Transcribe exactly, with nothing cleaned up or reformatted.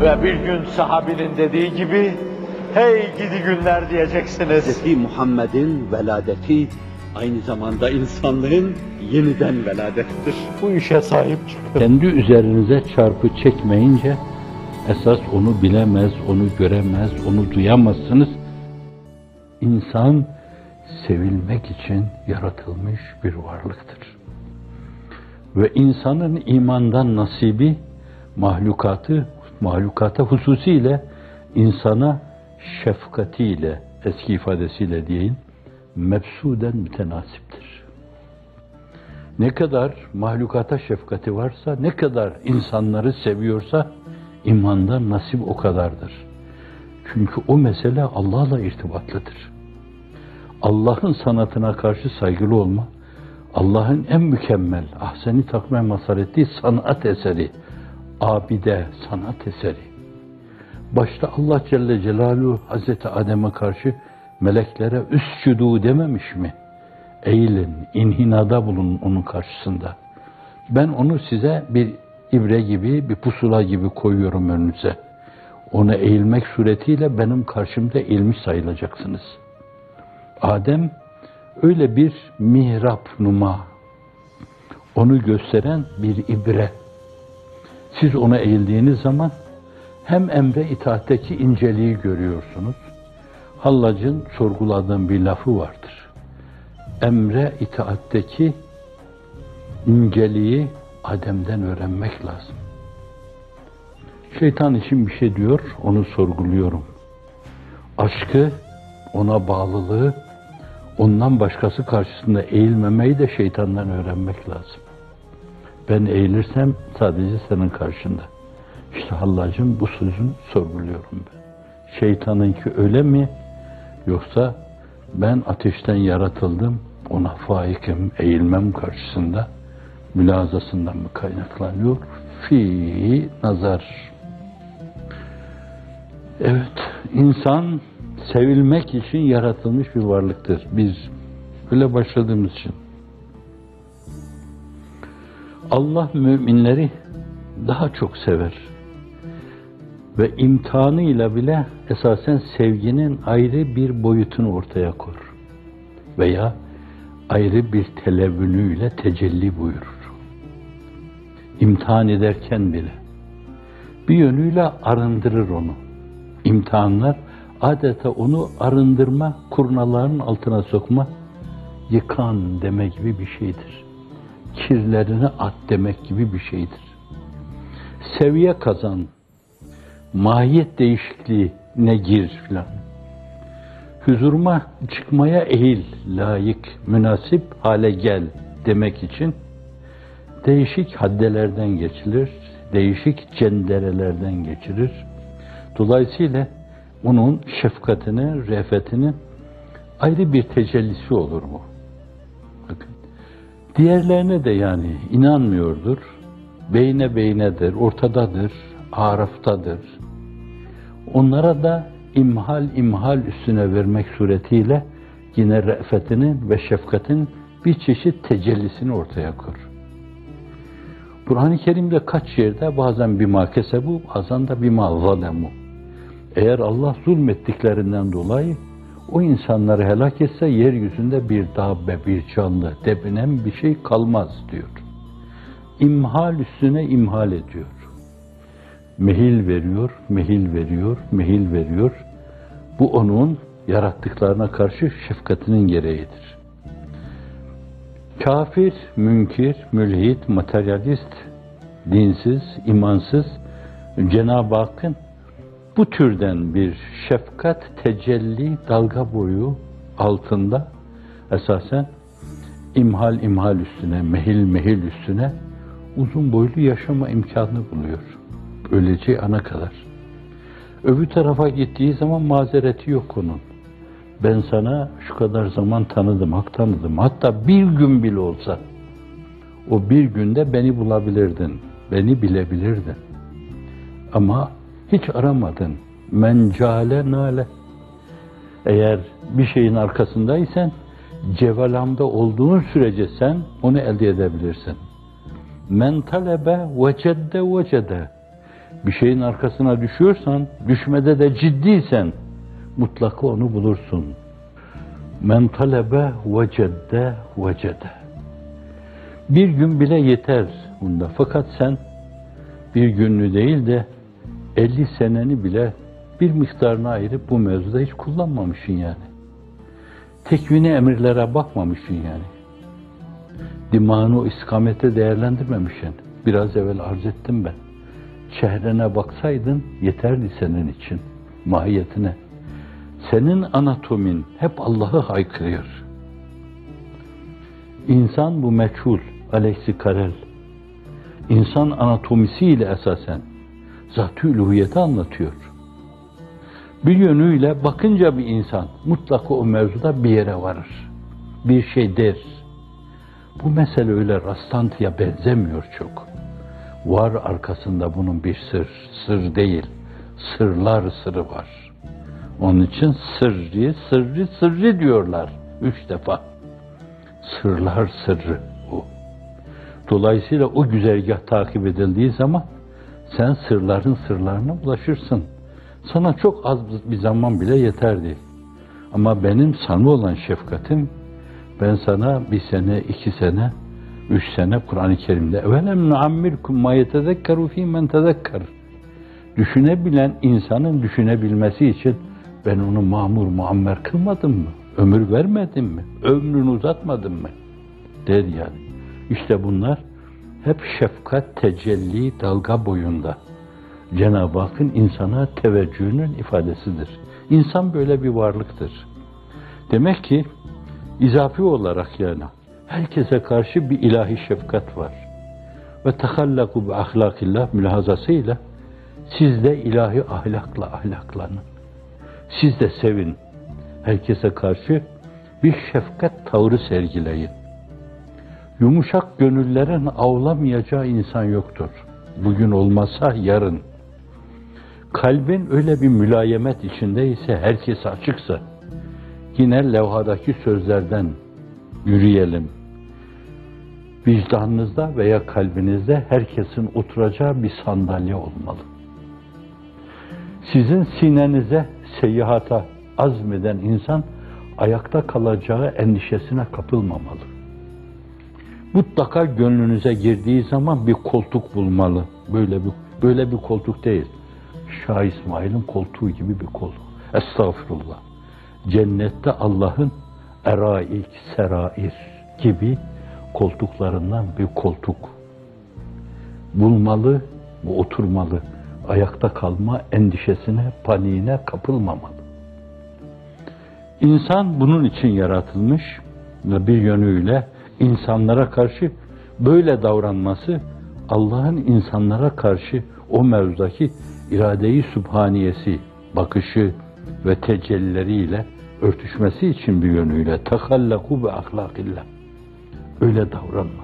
Ve bir gün sahabinin dediği gibi, hey gidi günler diyeceksiniz. Hazreti Muhammed'in veladeti aynı zamanda insanlığın yeniden veladettir. Bu işe sahip çıkın. Kendi üzerinize çarpı çekmeyince, esas onu bilemez, onu göremez, onu duyamazsınız. İnsan, sevilmek için yaratılmış bir varlıktır. Ve insanın imandan nasibi, mahlukatı, mahlukata hususiyle insana şefkatiyle, eski ifadesiyle diyeyim, mebsuden mütenasiptir. Ne kadar mahlukata şefkati varsa, ne kadar insanları seviyorsa, imandan nasip o kadardır. Çünkü o mesele Allah'la irtibatlıdır. Allah'ın sanatına karşı saygılı olma, Allah'ın en mükemmel, ahseni takvim mazhar ettiği sanat eseri, abide, sanat eseri. Başta Allah Celle Celaluhu Hazreti Adem'e karşı meleklere üscudu dememiş mi? Eğilin, inhinada bulunun onun karşısında. Ben onu size bir ibre gibi, bir pusula gibi koyuyorum önünüze. Ona eğilmek suretiyle benim karşımda eğilmiş sayılacaksınız. Adem öyle bir mihrap numa, onu gösteren bir ibre. Siz ona eğildiğiniz zaman hem emre itaatteki inceliği görüyorsunuz. Hallac'ın sorguladığım bir lafı vardır. Emre itaatteki inceliği Adem'den öğrenmek lazım. Şeytan için bir şey diyor, onu sorguluyorum. Aşkı, ona bağlılığı, ondan başkası karşısında eğilmemeyi de şeytandan öğrenmek lazım. Ben eğilirsem sadece senin karşında. İşte Hallac'ın bu sözünü sorguluyorum ben. Şeytanınki öyle mi? Yoksa ben ateşten yaratıldım, ona faikim, eğilmem karşısında mülazasından mı kaynaklanıyor? Fi nazar. Evet, insan sevilmek için yaratılmış bir varlıktır. Biz öyle başladığımız için. Allah müminleri daha çok sever. Ve imtihanıyla bile esasen sevginin ayrı bir boyutunu ortaya koyar. Veya ayrı bir televünüyle tecelli buyurur. İmtihan ederken bile. Bir yönüyle arındırır onu. İmtihanlar adeta onu arındırma, kurnaların altına sokma, yıkan deme gibi bir şeydir. Kirlerini at demek gibi bir şeydir. Seviye kazan, mahiyet değişikliğine gir filan. Huzuruma çıkmaya eğil, layık, münasip hale gel demek için değişik haddelerden geçilir, değişik cenderelerden geçirir. Dolayısıyla onun şefkatini, re'fetini ayrı bir tecellisi olur bu. Bakın. Diğerlerine de yani inanmıyordur. Beyne beynedir, ortadadır, araftadır. Onlara da imhal imhal üstüne vermek suretiyle yine re'fetinin ve şefkatin bir çeşit tecellisini ortaya koyar. Kur'an-ı Kerim'de kaç yerde bazen bima kesebu, bazen de bima zalemu. Eğer Allah zulmettiklerinden dolayı o insanları helak etse yeryüzünde bir dabbe, bir canlı, debinen bir şey kalmaz diyor. İmhal üstüne imhal ediyor. Mehil veriyor, mehil veriyor, mehil veriyor. Bu onun yarattıklarına karşı şefkatinin gereğidir. Kafir, münkir, mülhit, materyalist, dinsiz, imansız, Cenab-ı Hakk'ın bu türden bir şefkat, tecelli, dalga boyu altında esasen imhal imhal üstüne, mehil mehil üstüne uzun boylu yaşama imkanı buluyor. Öleceği ana kadar. Öbür tarafa gittiği zaman mazereti yok onun. Ben sana şu kadar zaman tanıdım, hak tanıdım. Hatta bir gün bile olsa o bir günde beni bulabilirdin, beni bilebilirdin. Ama hiç aramadın. Mencale nale. Eğer bir şeyin arkasındaysan, cevalamda olduğun sürece sen onu elde edebilirsin. Men talebe vecedde vecede. Bir şeyin arkasına düşüyorsan, düşmede de ciddiysen mutlaka onu bulursun. Men talebe vecedde vecede. Bir gün bile yeter bunda. Fakat sen bir günlü değil de elli seneni bile bir miktarına ayırıp bu mevzuda hiç kullanmamışsın yani. Tekvini emirlere bakmamışsın yani. Dimağını o istikamete değerlendirmemişsin. Biraz evvel arz ettim ben. Çehrene baksaydın yeterdi senin için, mahiyetine. Senin anatomin hep Allah'ı haykırıyor. İnsan bu meçhul, aleyhsi karel. İnsan anatomisiyle esasen zat-ı uluhiyeti anlatıyor. Bir yönüyle bakınca bir insan mutlaka o mevzuda bir yere varır. Bir şey der. Bu mesele öyle rastlantıya benzemiyor çok. Var arkasında bunun bir sır. Sır değil, sırlar sırrı var. Onun için sırrı, sırrı, sırrı diyorlar üç defa. Sırlar sırrı bu. Dolayısıyla o güzergah takip edildiği zaman sen sırların sırlarına ulaşırsın. Sana çok az bir zaman bile yeterdi. Ama benim sana olan şefkatim, ben sana bir sene, iki sene, üç sene Kur'an-ı Kerim'de evelem nuammirkum ma yetezekkeru fî men tezekker. Düşünebilen insanın düşünebilmesi için ben onu mamur muammer kılmadım mı? Ömür vermedim mi? Ömrünü uzatmadım mı? Der yani. İşte bunlar hep şefkat, tecelli, dalga boyunda. Cenab-ı Hakk'ın insana teveccühünün ifadesidir. İnsan böyle bir varlıktır. Demek ki izafi olarak yani herkese karşı bir ilahi şefkat var. Ve tehallaku bi ahlakillah mülahazasıyla siz de ilahi ahlakla ahlaklanın. Siz de sevin. Herkese karşı bir şefkat tavrı sergileyin. Yumuşak gönüllerin avlamayacağı insan yoktur. Bugün olmazsa yarın. Kalbin öyle bir mülayemet içindeyse, herkes açıksa, yine levhadaki sözlerden yürüyelim. Vicdanınızda veya kalbinizde herkesin oturacağı bir sandalye olmalı. Sizin sinenize seyyahata azmeden insan ayakta kalacağı endişesine kapılmamalı. Mutlaka gönlünüze girdiği zaman bir koltuk bulmalı. Böyle bir böyle bir koltuk değil. Şah İsmail'in koltuğu gibi bir koltuk. Estağfurullah. Cennette Allah'ın eraik, serair gibi koltuklarından bir koltuk bulmalı ve oturmalı. Ayakta kalma endişesine, paniğine kapılmamalı. İnsan bunun için yaratılmış ve bir yönüyle insanlara karşı böyle davranması Allah'ın insanlara karşı o mevzudaki irade-i sübhaniyesi, bakışı ve tecellileriyle örtüşmesi için bir yönüyle tehallaku ve ahlakillah. Öyle davranma.